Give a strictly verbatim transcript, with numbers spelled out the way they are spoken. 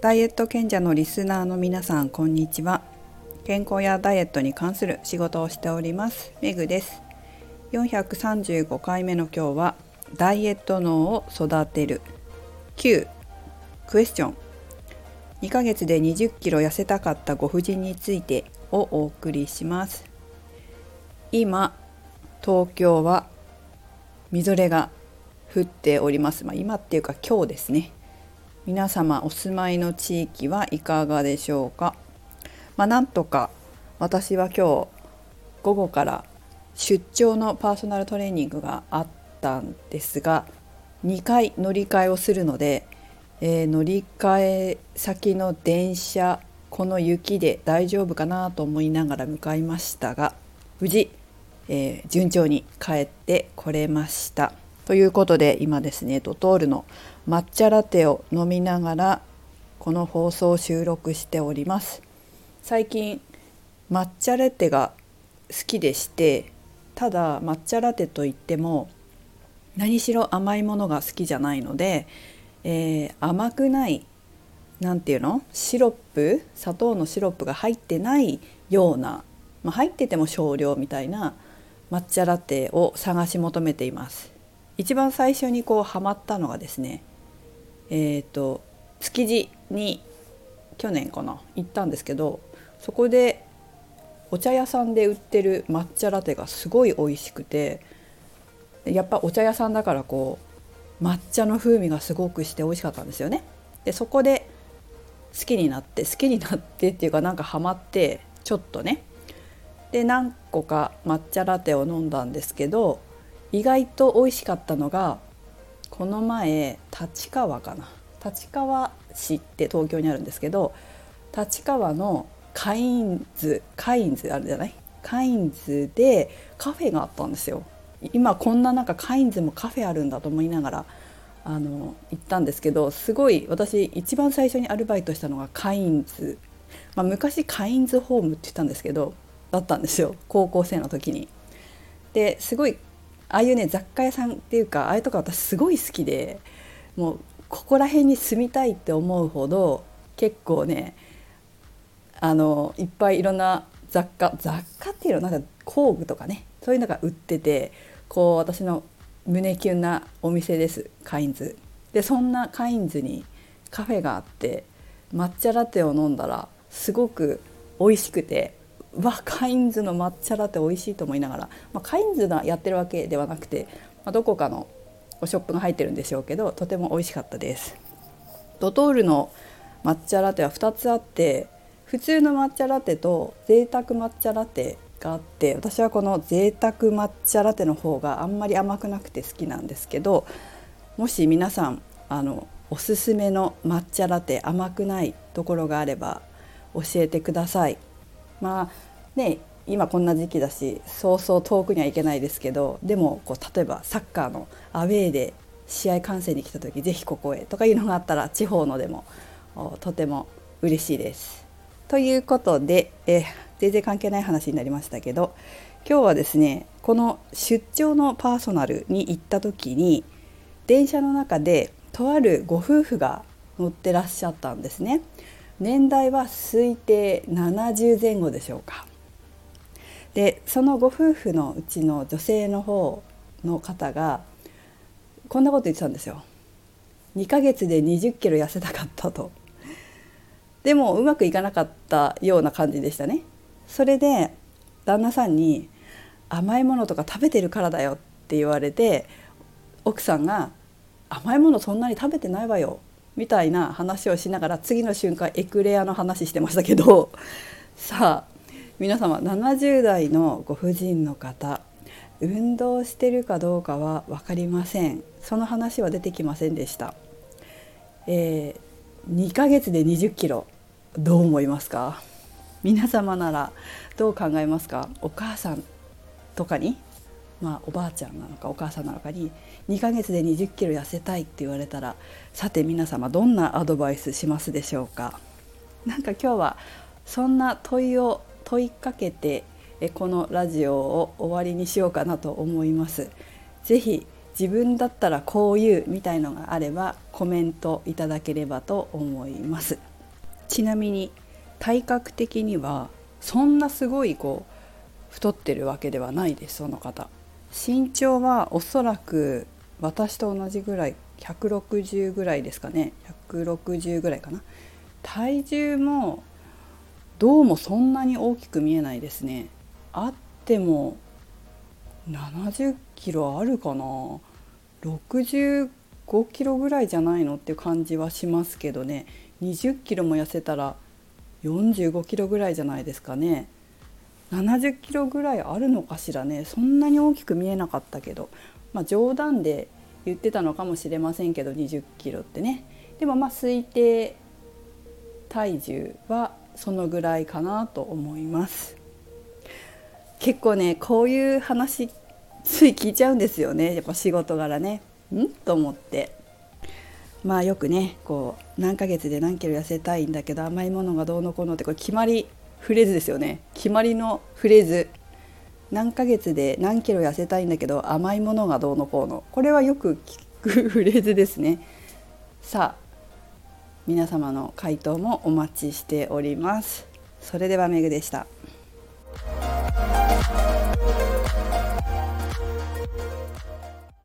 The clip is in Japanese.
ダイエット賢者のリスナーの皆さん、こんにちは。健康やダイエットに関する仕事をしておりますメグです。よんひゃくさんじゅうごかいめの今日は、ダイエット脳を育てるきゅうクエスチョン、にかげつでにじゅっキロ痩せたかったご婦人についてをお送りします。今東京はみぞれが降っております。まあ、今っていうか今日ですね。皆様お住まいの地域はいかがでしょうか。まあ、なんとか私は今日午後から出張のパーソナルトレーニングがあったんですが、にかい乗り換えをするので、えー、乗り換え先の電車、この雪で大丈夫かなと思いながら向かいましたが、無事、えー、順調に帰ってこれました。ということで今ですね、ドトールの抹茶ラテを飲みながらこの放送を収録しております。最近抹茶ラテが好きでして、ただ抹茶ラテといっても何しろ甘いものが好きじゃないので、えー、甘くないなんていうのシロップ砂糖のシロップが入ってないような、まあ、入ってても少量みたいな抹茶ラテを探し求めています。一番最初にこうハマったのがですね、えーと築地に去年かな行ったんですけど、そこでお茶屋さんで売ってる抹茶ラテがすごい美味しくて、やっぱお茶屋さんだからこう抹茶の風味がすごくして美味しかったんですよね。でそこで好きになって好きになってっていうかなんかハマってちょっとね、で何個か抹茶ラテを飲んだんですけど、意外と美味しかったのが、この前立川かな立川市って東京にあるんですけど、立川のカインズカインズあるじゃないカインズでカフェがあったんですよ。今こんななんかカインズもカフェあるんだと思いながらあの行ったんですけど、すごい私一番最初にアルバイトしたのがカインズ、まあ、昔カインズホームって言ったんですけどだったんですよ、高校生の時に。ですごいああいうね雑貨屋さんっていうか、ああいうとこ私すごい好きで、もうここら辺に住みたいって思うほど結構ね、あのいっぱいいろんな雑貨雑貨っていうのなんか工具とかね、そういうのが売ってて、こう私の胸キュンなお店です、カインズで。そんなカインズにカフェがあって、抹茶ラテを飲んだらすごく美味しくて、わカインズの抹茶ラテ美味しいと思いながら、まあ、カインズがやってるわけではなくて、まあ、どこかのショップが入ってるんでしょうけど、とても美味しかったです。ドトールの抹茶ラテはふたつあって、普通の抹茶ラテと贅沢抹茶ラテがあって、私はこの贅沢抹茶ラテの方があんまり甘くなくて好きなんですけど、もし皆さんあのおすすめの抹茶ラテ、甘くないところがあれば教えてください。まあね、今こんな時期だしそうそう遠くには行けないですけど、でもこう例えばサッカーのアウェーで試合観戦に来た時ぜひここへとかいうのがあったら、地方のでもとても嬉しいです。ということで、え全然関係ない話になりましたけど、今日はですね、この出張のパーソナルに行った時に電車の中でとあるご夫婦が乗ってらっしゃったんですね。年代は推定ななじゅうぜん後でしょうか。でそのご夫婦のうちの女性の方の方がこんなこと言ってたんですよ。にかげつでにじゅっキロ痩せたかったと。でもうまくいかなかったような感じでしたね。それで旦那さんに甘いものとか食べてるからだよって言われて、奥さんが甘いものそんなに食べてないわよみたいな話をしながら、次の瞬間エクレアの話してましたけどさあ皆様、ななじゅう代のご婦人の方、運動してるかどうかは分かりません。その話は出てきませんでした。えー、にかげつでにじゅっキロどう思いますか？皆様ならどう考えますか？お母さんとかに、まあおばあちゃんなのかお母さんなのかににかげつでにじゅっキロ痩せたいって言われたら、さて皆様どんなアドバイスしますでしょうか？なんか今日はそんな問いを問いかけてこのラジオを終わりにしようかなと思います。ぜひ自分だったらこういうみたいのがあればコメントいただければと思います。 ちなみに体格的にはそんなすごいこう太ってるわけではないです。その方身長はおそらく私と同じぐらい、ひゃくろくじゅうぐらいですかね。ひゃくろくじゅうぐらいかな。体重もどうもそんなに大きく見えないですね。あってもななじゅっキロあるかな、ろくじゅうごキロぐらいじゃないのっていう感じはしますけどね。にじゅっキロも痩せたらよんじゅうごキロぐらいじゃないですかね。ななじゅっキロぐらいあるのかしらね。そんなに大きく見えなかったけど、まあ冗談で言ってたのかもしれませんけど、にじゅっキロってね。でもまあ推定体重はそのぐらいかなと思います。結構ねこういう話つい聞いちゃうんですよね。やっぱ仕事柄ね、んと思って、まあよくねこう何ヶ月で何キロ痩せたいんだけど甘いものがどうのこうのって、これ決まりフレーズですよね。決まりのフレーズ、何ヶ月で何キロ痩せたいんだけど甘いものがどうのこうの、これはよく聞くフレーズですね。さあ皆様の回答もお待ちしております。それではめぐでした。